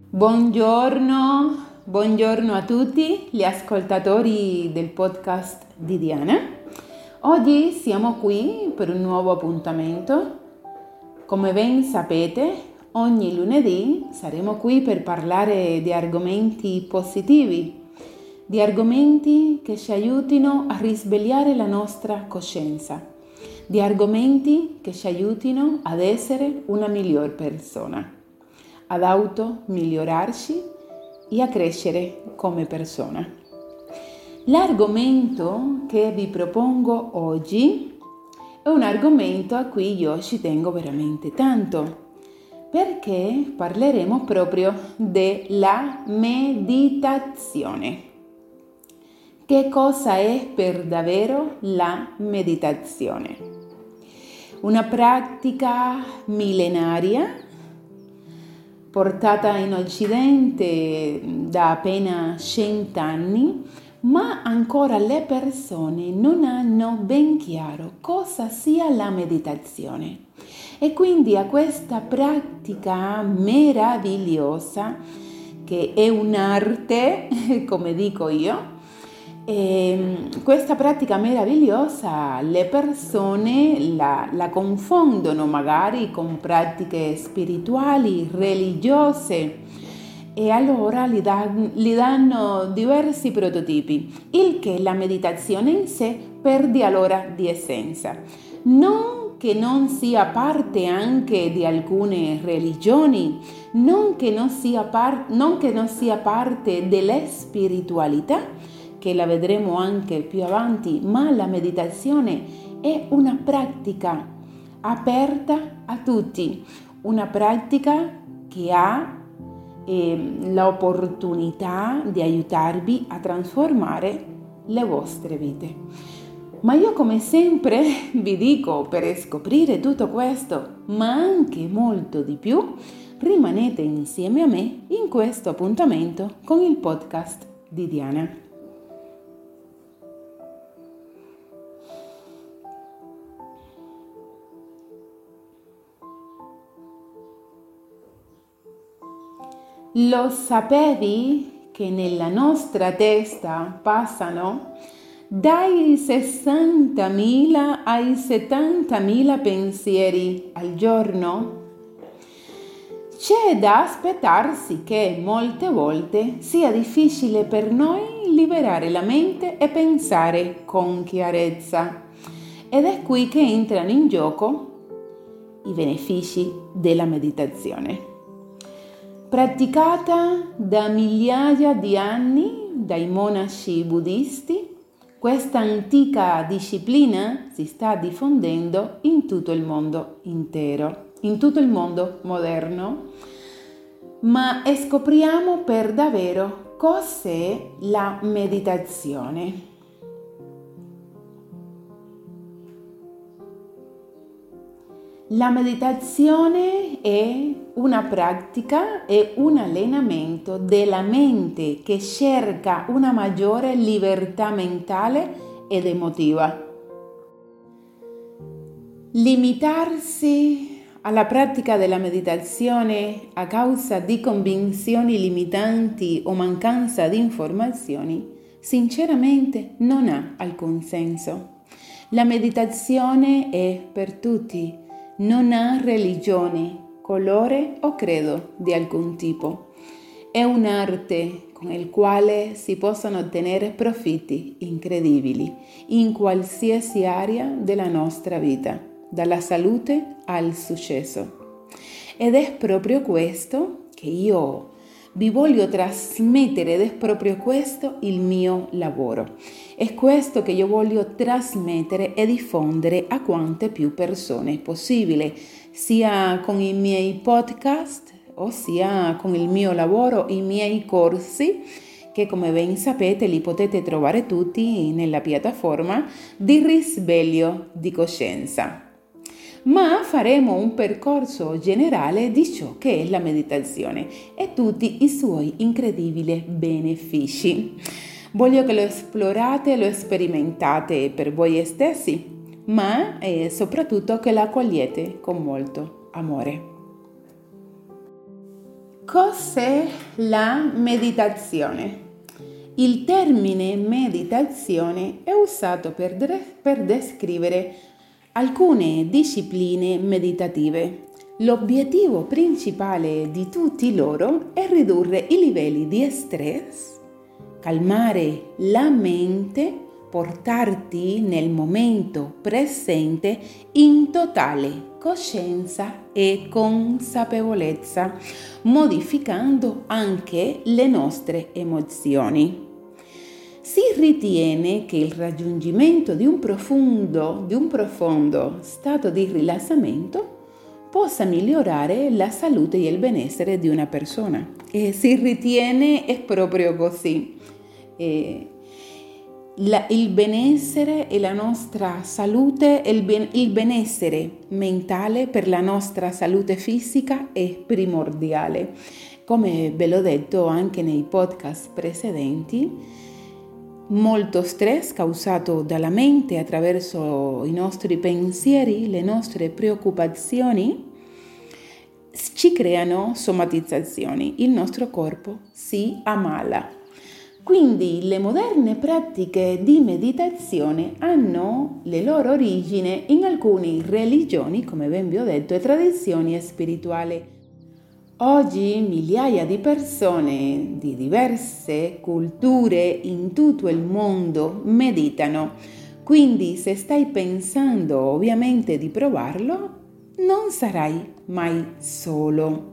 Buongiorno a tutti gli ascoltatori del podcast di Diana. Oggi siamo qui per un nuovo appuntamento. Come ben sapete, ogni lunedì saremo qui per parlare di argomenti positivi, di argomenti che ci aiutino a risvegliare la nostra coscienza, di argomenti che ci aiutino ad essere una miglior persona, ad auto-migliorarci e a crescere come persona. L'argomento che vi propongo oggi è un argomento a cui io ci tengo veramente tanto, perché parleremo proprio della meditazione. Che cosa è per davvero la meditazione? Una pratica millenaria portata in Occidente da appena 100 anni, ma ancora le persone non hanno ben chiaro cosa sia la meditazione. E quindi a questa pratica meravigliosa, che è un'arte, come dico io, questa pratica meravigliosa le persone la confondono magari con pratiche spirituali, religiose e allora gli danno diversi prototipi, il che la meditazione in sé perde allora di essenza. Non che non sia parte anche di alcune religioni, non che non sia parte delle spiritualità, che la vedremo anche più avanti, ma la meditazione è una pratica aperta a tutti, una pratica che ha l'opportunità di aiutarvi a trasformare le vostre vite. Ma io come sempre vi dico, per scoprire tutto questo, ma anche molto di più, rimanete insieme a me in questo appuntamento con il podcast di Diana. Lo sapevi che nella nostra testa passano dai 60.000 ai 70.000 pensieri al giorno? C'è da aspettarsi che molte volte sia difficile per noi liberare la mente e pensare con chiarezza. Ed è qui che entrano in gioco i benefici della meditazione. Praticata da migliaia di anni dai monaci buddisti, questa antica disciplina si sta diffondendo in tutto il mondo intero, in tutto il mondo moderno. Ma scopriamo per davvero cos'è la meditazione. La meditazione è una pratica, è un allenamento della mente che cerca una maggiore libertà mentale ed emotiva. Limitarsi alla pratica della meditazione a causa di convinzioni limitanti o mancanza di informazioni, sinceramente non ha alcun senso. La meditazione è per tutti. Non ha religione, colore o credo di alcun tipo. È un'arte con il quale si possono ottenere profitti incredibili in qualsiasi area della nostra vita, dalla salute al successo. Ed è proprio questo che io vi voglio trasmettere ed è proprio questo il mio lavoro. È questo che io voglio trasmettere e diffondere a quante più persone possibile, sia con i miei podcast, ossia con il mio lavoro, i miei corsi, che come ben sapete li potete trovare tutti nella piattaforma di risveglio di coscienza. Ma faremo un percorso generale di ciò che è la meditazione e tutti i suoi incredibili benefici. Voglio che lo esplorate, lo sperimentate per voi stessi, ma soprattutto che la accogliete con molto amore. Cos'è la meditazione? Il termine meditazione è usato per descrivere alcune discipline meditative. L'obiettivo principale di tutti loro è ridurre i livelli di stress, calmare la mente, portarti nel momento presente in totale coscienza e consapevolezza, modificando anche le nostre emozioni. Si ritiene che il raggiungimento di un profondo stato di rilassamento possa migliorare la salute e il benessere di una persona. E si ritiene è proprio così. Il benessere e la nostra salute, il benessere mentale per la nostra salute fisica è primordiale. Come ve l'ho detto anche nei podcast precedenti, molto stress causato dalla mente attraverso i nostri pensieri, le nostre preoccupazioni, ci creano somatizzazioni. Il nostro corpo si ammala. Quindi le moderne pratiche di meditazione hanno le loro origini in alcune religioni, come ben vi ho detto, e tradizioni spirituali. Oggi migliaia di persone di diverse culture in tutto il mondo meditano, quindi se stai pensando ovviamente di provarlo, non sarai mai solo.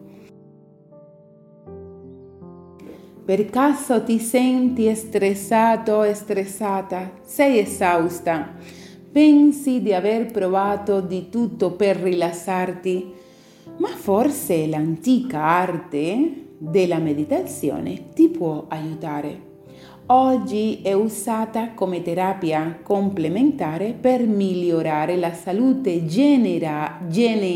Per caso ti senti stressato o stressata? Sei esausta? Pensi di aver provato di tutto per rilassarti? Ma forse l'antica arte della meditazione ti può aiutare. Oggi è usata come terapia complementare per migliorare la salute generale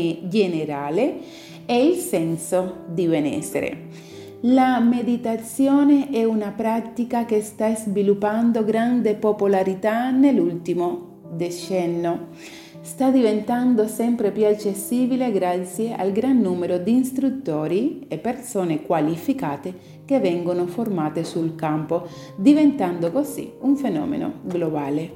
e il senso di benessere. La meditazione è una pratica che sta sviluppando grande popolarità nell'ultimo decennio. Sta diventando sempre più accessibile grazie al gran numero di istruttori e persone qualificate che vengono formate sul campo, diventando così un fenomeno globale.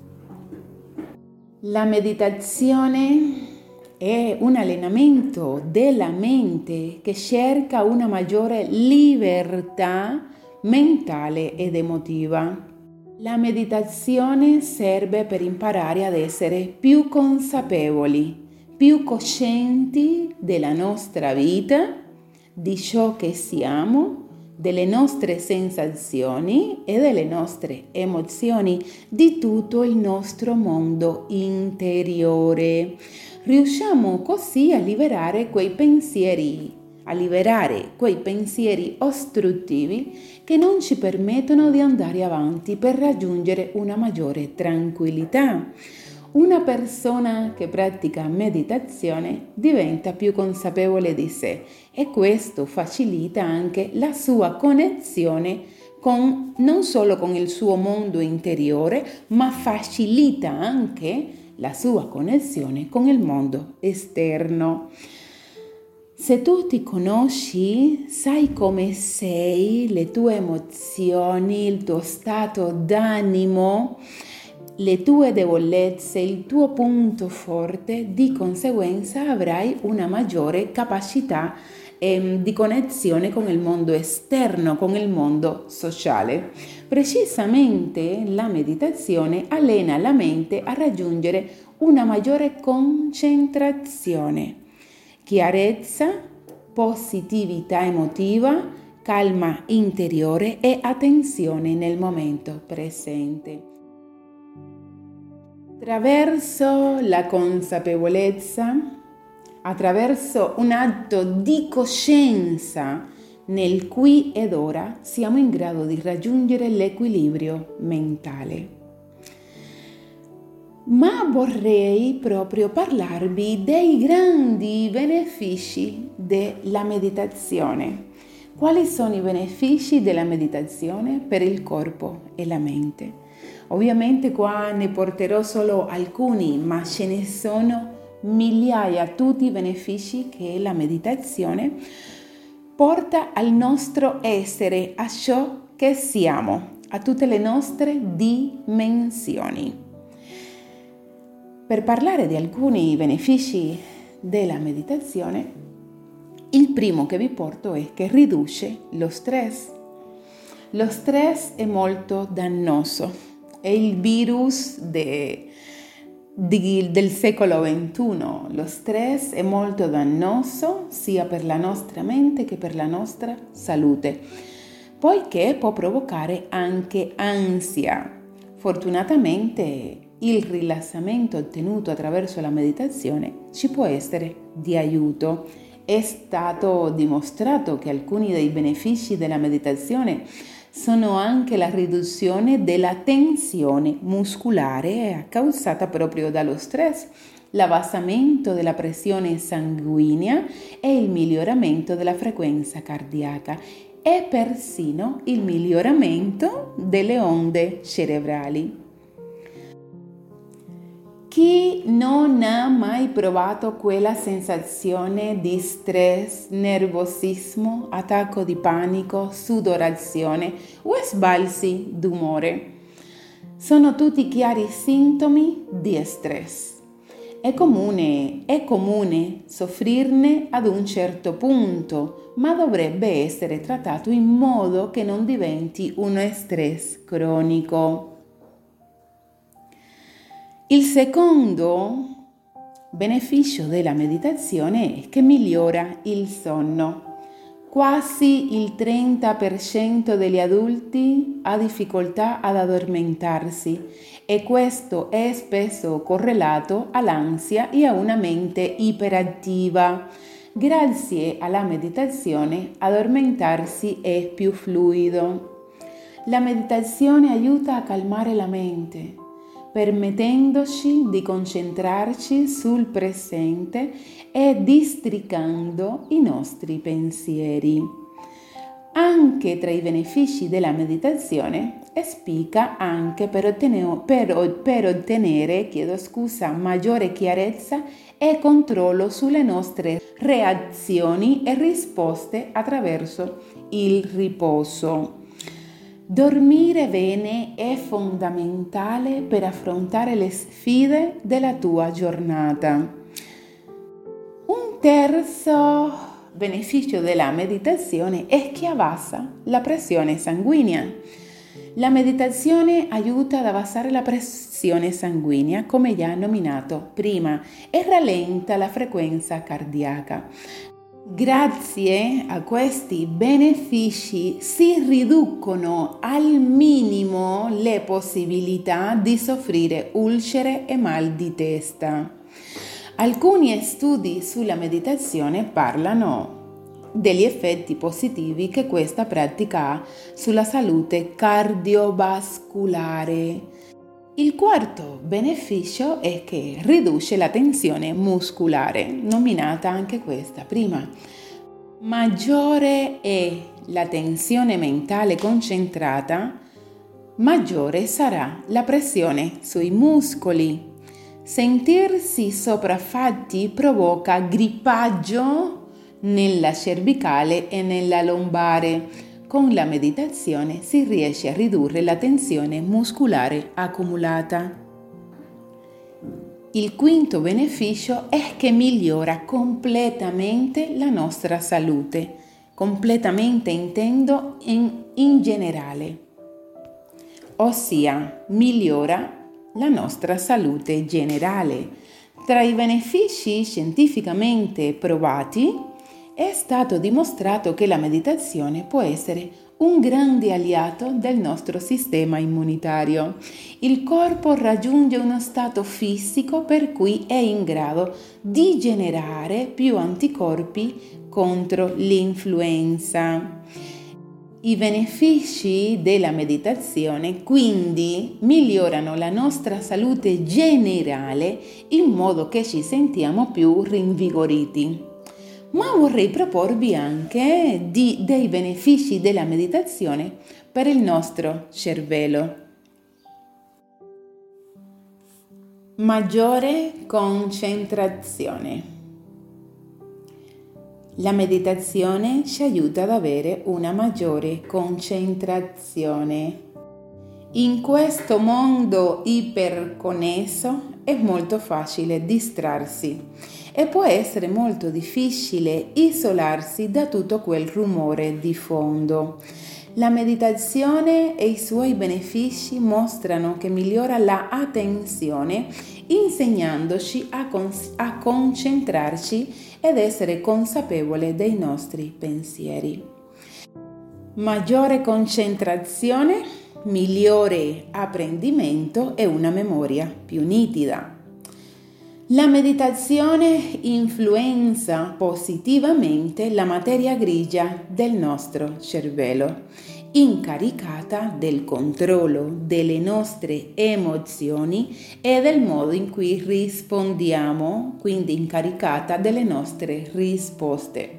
La meditazione è un allenamento della mente che cerca una maggiore libertà mentale ed emotiva. La meditazione serve per imparare ad essere più consapevoli, più coscienti della nostra vita, di ciò che siamo, delle nostre sensazioni e delle nostre emozioni, di tutto il nostro mondo interiore. Riusciamo così a liberare quei pensieri ostruttivi che non ci permettono di andare avanti per raggiungere una maggiore tranquillità. Una persona che pratica meditazione diventa più consapevole di sé e questo facilita anche la sua connessione non solo con il suo mondo interiore, ma facilita anche la sua connessione con il mondo esterno. Se tu ti conosci, sai come sei, le tue emozioni, il tuo stato d'animo, le tue debolezze, il tuo punto forte, di conseguenza avrai una maggiore capacità di connessione con il mondo esterno, con il mondo sociale. Precisamente la meditazione allena la mente a raggiungere una maggiore concentrazione, chiarezza, positività emotiva, calma interiore e attenzione nel momento presente. Attraverso la consapevolezza, attraverso un atto di coscienza nel qui ed ora, siamo in grado di raggiungere l'equilibrio mentale. Ma vorrei proprio parlarvi dei grandi benefici della meditazione. Quali sono i benefici della meditazione per il corpo e la mente? Ovviamente qua ne porterò solo alcuni, ma ce ne sono migliaia, tutti i benefici che la meditazione porta al nostro essere, a ciò che siamo, a tutte le nostre dimensioni. Per parlare di alcuni benefici della meditazione, il primo che vi porto è che riduce lo stress. Lo stress è molto dannoso, è il virus del secolo XXI. Lo stress è molto dannoso sia per la nostra mente che per la nostra salute, poiché può provocare anche ansia. Fortunatamente il rilassamento ottenuto attraverso la meditazione ci può essere di aiuto. È stato dimostrato che alcuni dei benefici della meditazione sono anche la riduzione della tensione muscolare causata proprio dallo stress, l'abbassamento della pressione sanguigna e il miglioramento della frequenza cardiaca e persino il miglioramento delle onde cerebrali. Chi non ha mai provato quella sensazione di stress, nervosismo, attacco di panico, sudorazione o sbalzi d'umore? Sono tutti chiari sintomi di stress. È comune soffrirne ad un certo punto, ma dovrebbe essere trattato in modo che non diventi uno stress cronico. Il secondo beneficio della meditazione è che migliora il sonno. Quasi il 30% degli adulti ha difficoltà ad addormentarsi e questo è spesso correlato all'ansia e a una mente iperattiva. Grazie alla meditazione, addormentarsi è più fluido. La meditazione aiuta a calmare la mente, permettendoci di concentrarci sul presente e districando i nostri pensieri. Anche tra i benefici della meditazione spicca anche per ottenere maggiore chiarezza e controllo sulle nostre reazioni e risposte attraverso il riposo. Dormire bene è fondamentale per affrontare le sfide della tua giornata. Un terzo beneficio della meditazione è che abbassa la pressione sanguigna. La meditazione aiuta ad abbassare la pressione sanguigna, come già nominato prima, e rallenta la frequenza cardiaca. Grazie a questi benefici si riducono al minimo le possibilità di soffrire ulcere e mal di testa. Alcuni studi sulla meditazione parlano degli effetti positivi che questa pratica ha sulla salute cardiovascolare. Il quarto beneficio è che riduce la tensione muscolare, nominata anche questa prima. Maggiore è la tensione mentale concentrata, maggiore sarà la pressione sui muscoli. Sentirsi sopraffatti provoca grippaggio nella cervicale e nella lombare. Con la meditazione si riesce a ridurre la tensione muscolare accumulata. Il quinto beneficio è che migliora completamente la nostra salute. Completamente intendo in generale. Ossia, migliora la nostra salute generale. Tra i benefici scientificamente provati è stato dimostrato che la meditazione può essere un grande alleato del nostro sistema immunitario. Il corpo raggiunge uno stato fisico per cui è in grado di generare più anticorpi contro l'influenza. I benefici della meditazione quindi migliorano la nostra salute generale in modo che ci sentiamo più rinvigoriti. Ma vorrei proporvi anche dei benefici della meditazione per il nostro cervello. Maggiore concentrazione. La meditazione ci aiuta ad avere una maggiore concentrazione. In questo mondo iperconnesso è molto facile distrarsi e può essere molto difficile isolarsi da tutto quel rumore di fondo. La meditazione e i suoi benefici mostrano che migliora la attenzione, insegnandoci a concentrarci ed essere consapevole dei nostri pensieri. Maggiore concentrazione, migliore apprendimento e una memoria più nitida. La meditazione influenza positivamente la materia grigia del nostro cervello, incaricata del controllo delle nostre emozioni e del modo in cui rispondiamo, quindi incaricata delle nostre risposte.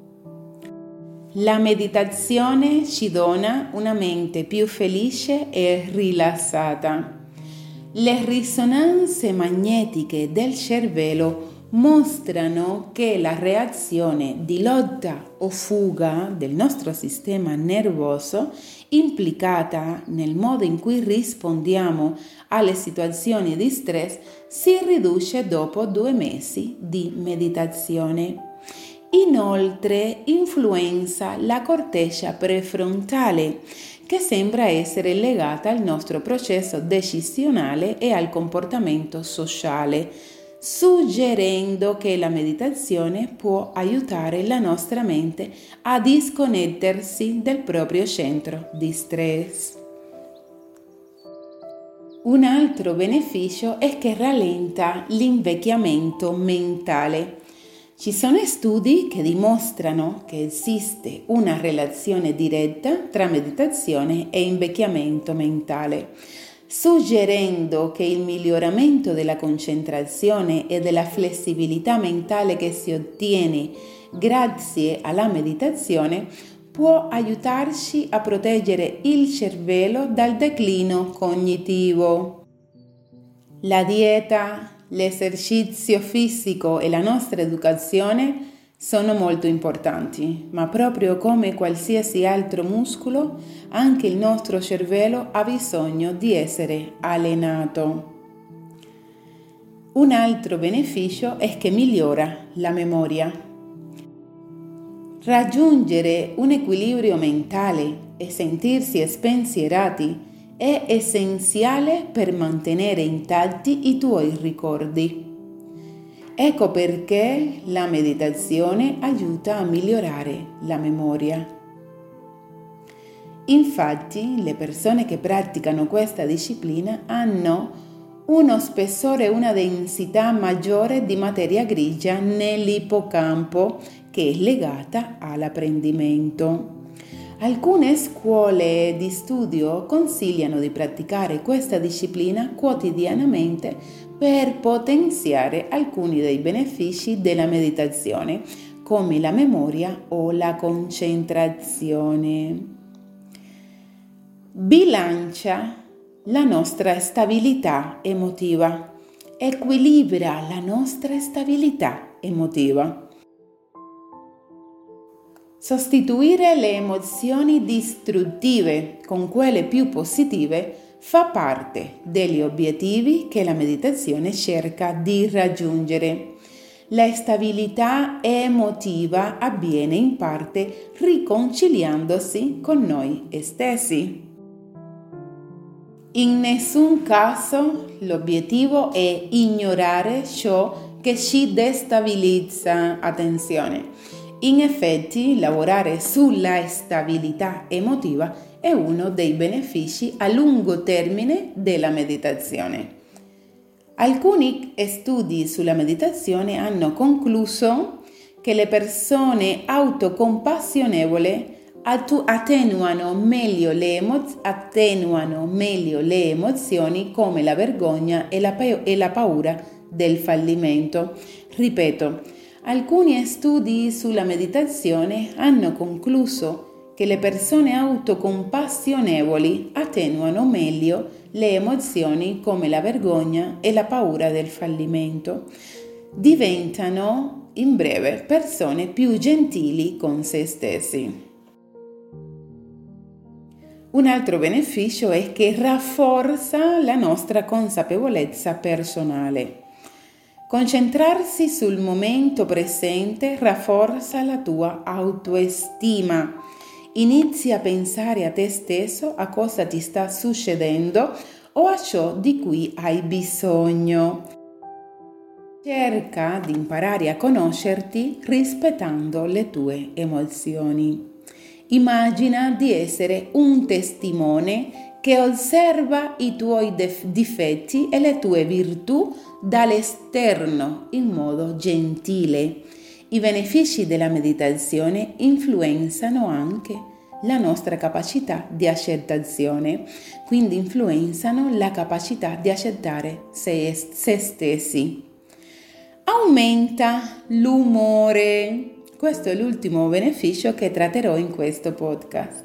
La meditazione ci dona una mente più felice e rilassata. Le risonanze magnetiche del cervello mostrano che la reazione di lotta o fuga del nostro sistema nervoso, implicata nel modo in cui rispondiamo alle situazioni di stress, si riduce dopo 2 mesi di meditazione. Inoltre influenza la corteccia prefrontale, che sembra essere legata al nostro processo decisionale e al comportamento sociale, suggerendo che la meditazione può aiutare la nostra mente a disconnettersi dal proprio centro di stress. Un altro beneficio è che rallenta l'invecchiamento mentale. Ci sono studi che dimostrano che esiste una relazione diretta tra meditazione e invecchiamento mentale, suggerendo che il miglioramento della concentrazione e della flessibilità mentale che si ottiene grazie alla meditazione può aiutarci a proteggere il cervello dal declino cognitivo. La dieta, l'esercizio fisico e la nostra educazione sono molto importanti, ma proprio come qualsiasi altro muscolo, anche il nostro cervello ha bisogno di essere allenato. Un altro beneficio è che migliora la memoria. Raggiungere un equilibrio mentale e sentirsi spensierati è essenziale per mantenere intatti i tuoi ricordi. Ecco perché la meditazione aiuta a migliorare la memoria. Infatti, le persone che praticano questa disciplina hanno uno spessore e una densità maggiore di materia grigia nell'ippocampo, che è legata all'apprendimento. Alcune scuole di studio consigliano di praticare questa disciplina quotidianamente per potenziare alcuni dei benefici della meditazione, come la memoria o la concentrazione. Bilancia la nostra stabilità emotiva, equilibra la nostra stabilità emotiva. Sostituire le emozioni distruttive con quelle più positive fa parte degli obiettivi che la meditazione cerca di raggiungere. La stabilità emotiva avviene in parte riconciliandosi con noi stessi. In nessun caso l'obiettivo è ignorare ciò che ci destabilizza. Attenzione! In effetti, lavorare sulla stabilità emotiva è uno dei benefici a lungo termine della meditazione. Alcuni studi sulla meditazione hanno concluso che le persone autocompassionevoli attenuano meglio le emozioni come la vergogna e la paura del fallimento. Ripeto, alcuni studi sulla meditazione hanno concluso che le persone autocompassionevoli attenuano meglio le emozioni come la vergogna e la paura del fallimento. Diventano in breve, persone più gentili con se stessi. Un altro beneficio è che rafforza la nostra consapevolezza personale. Concentrarsi sul momento presente rafforza la tua autostima. Inizi a pensare a te stesso, a cosa ti sta succedendo o a ciò di cui hai bisogno. Cerca di imparare a conoscerti rispettando le tue emozioni. Immagina di essere un testimone che osserva i tuoi difetti e le tue virtù dall'esterno in modo gentile. I benefici della meditazione influenzano anche la nostra capacità di accettazione, quindi influenzano la capacità di accettare se stessi. Aumenta l'umore. Questo è l'ultimo beneficio che tratterò in questo podcast.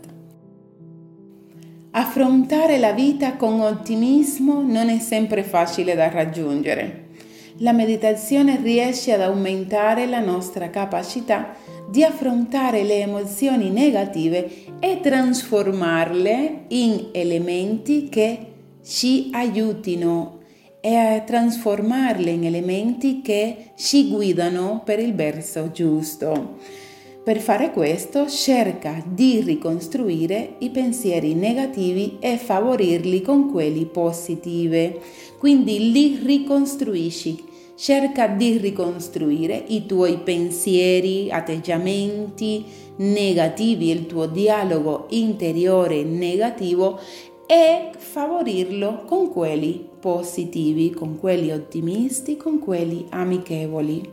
Affrontare la vita con ottimismo non è sempre facile da raggiungere. La meditazione riesce ad aumentare la nostra capacità di affrontare le emozioni negative e trasformarle in elementi che ci aiutino e a trasformarle in elementi che ci guidano per il verso giusto. Per fare questo, cerca di ricostruire i pensieri negativi e favorirli con quelli positivi. Quindi li ricostruisci. Cerca di ricostruire i tuoi pensieri, atteggiamenti negativi, il tuo dialogo interiore negativo e favorirlo con quelli positivi, con quelli ottimisti, con quelli amichevoli.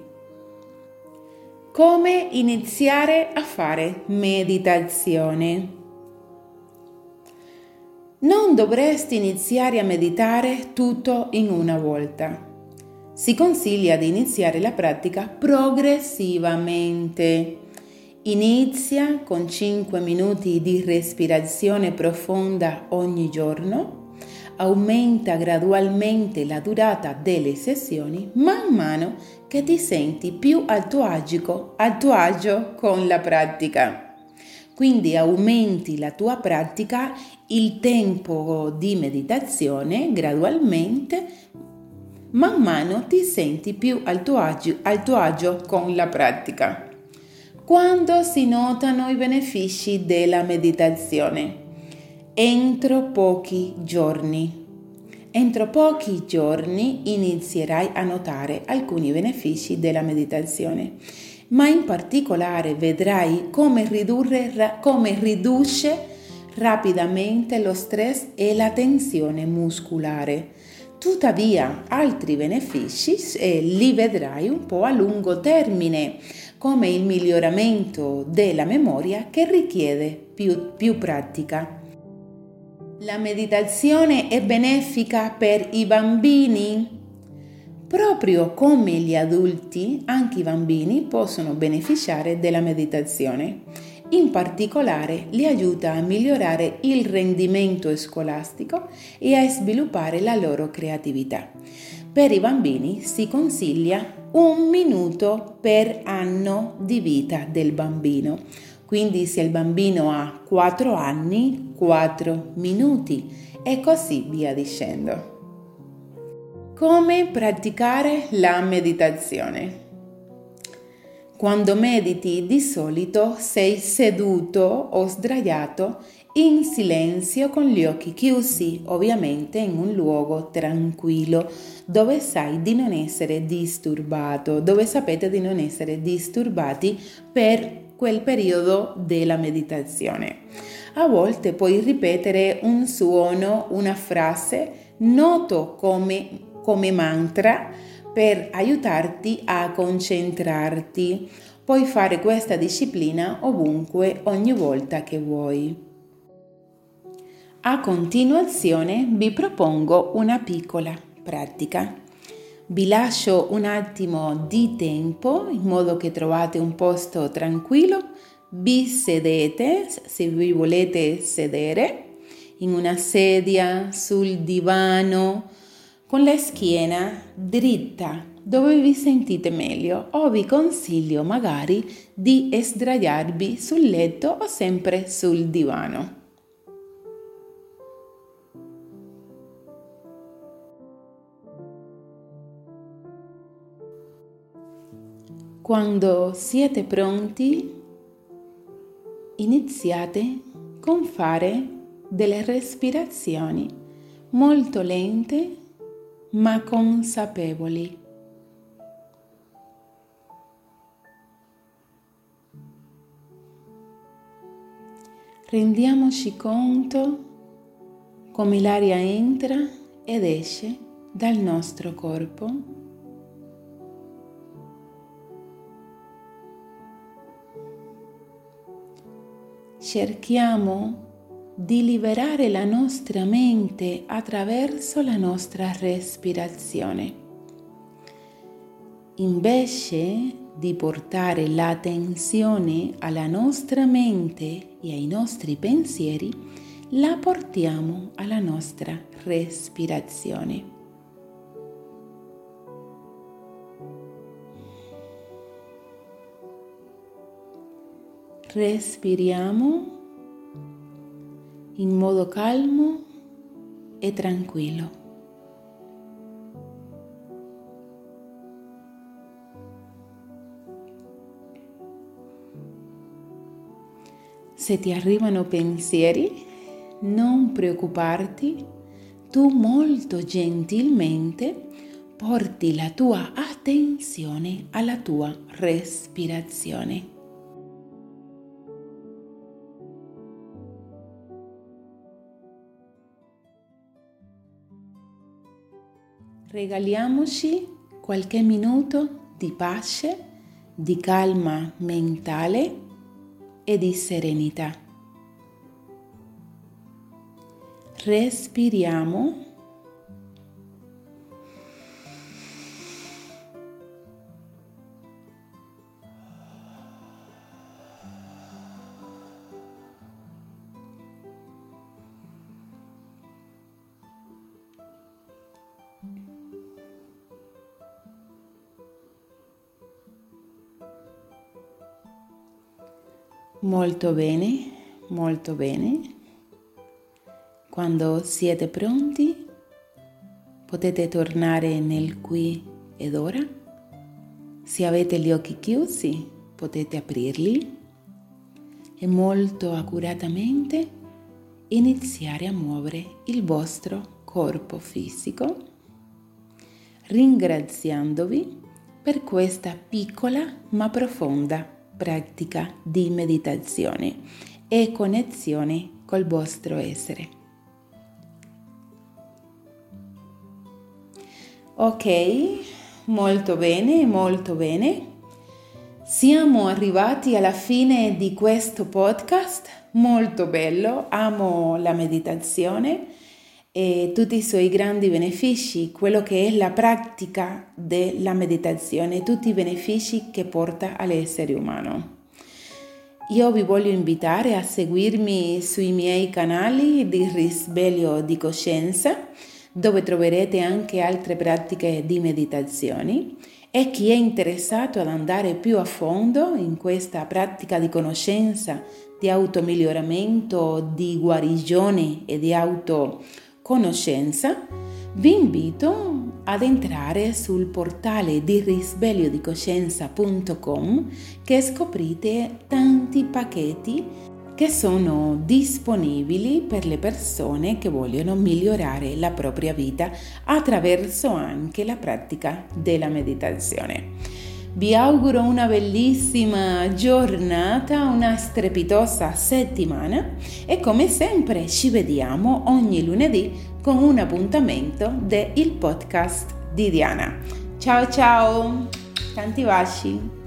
Come iniziare a fare meditazione? Non dovresti iniziare a meditare tutto in una volta. Si consiglia di iniziare la pratica progressivamente. Inizia con 5 minuti di respirazione profonda ogni giorno. Aumenta gradualmente la durata delle sessioni man mano che ti senti più a tuo agio con la pratica. Quindi aumenti la tua pratica, il tempo di meditazione gradualmente, man mano ti senti più al tuo agio con la pratica. Quando si notano i benefici della meditazione? Entro pochi giorni. Entro pochi giorni inizierai a notare alcuni benefici della meditazione, ma in particolare vedrai come riduce rapidamente lo stress e la tensione muscolare. Tuttavia, altri benefici li vedrai un po' a lungo termine, come il miglioramento della memoria che richiede più pratica. La meditazione è benefica per i bambini? Proprio come gli adulti, anche i bambini possono beneficiare della meditazione. In particolare, li aiuta a migliorare il rendimento scolastico e a sviluppare la loro creatività. Per i bambini si consiglia 1 minuto per anno di vita del bambino. Quindi se il bambino ha 4 anni, 4 minuti e così via dicendo. Come praticare la meditazione? Quando mediti di solito sei seduto o sdraiato in silenzio con gli occhi chiusi, ovviamente in un luogo tranquillo dove sai di non essere disturbato, dove sapete di non essere disturbati per quel periodo della meditazione. A volte puoi ripetere un suono, una frase noto come mantra per aiutarti a concentrarti. Puoi fare questa disciplina ovunque, ogni volta che vuoi. A continuazione vi propongo una piccola pratica. Vi lascio un attimo di tempo in modo che trovate un posto tranquillo. Vi sedete, se vi volete sedere, in una sedia, sul divano, con la schiena dritta dove vi sentite meglio o vi consiglio magari di sdraiarvi sul letto o sempre sul divano. Quando siete pronti, iniziate con fare delle respirazioni molto lente ma consapevoli. Rendiamoci conto come l'aria entra ed esce dal nostro corpo. Cerchiamo di liberare la nostra mente attraverso la nostra respirazione. Invece di portare l'attenzione alla nostra mente e ai nostri pensieri, la portiamo alla nostra respirazione. Respiriamo in modo calmo e tranquillo. Se ti arrivano pensieri, non preoccuparti, tu molto gentilmente porti la tua attenzione alla tua respirazione. Regaliamoci qualche minuto di pace, di calma mentale e di serenità. Respiriamo. Molto bene, molto bene. Quando siete pronti, potete tornare nel qui ed ora. Se avete gli occhi chiusi, potete aprirli e molto accuratamente iniziare a muovere il vostro corpo fisico, ringraziandovi per questa piccola ma profonda pratica di meditazione e connessione col vostro essere. Ok, molto bene, molto bene. Siamo arrivati alla fine di questo podcast, molto bello, amo la meditazione e tutti i suoi grandi benefici, quello che è la pratica della meditazione, tutti i benefici che porta all'essere umano. Io vi voglio invitare a seguirmi sui miei canali di risveglio di coscienza, dove troverete anche altre pratiche di meditazioni, e chi è interessato ad andare più a fondo in questa pratica di conoscenza, di automiglioramento, di guarigione e di autoconoscenza, vi invito ad entrare sul portale di risvegliodicoscienza.com, che scoprite tanti pacchetti che sono disponibili per le persone che vogliono migliorare la propria vita attraverso anche la pratica della meditazione. Vi auguro una bellissima giornata, una strepitosa settimana e come sempre ci vediamo ogni lunedì con un appuntamento del podcast di Diana. Ciao ciao, tanti baci!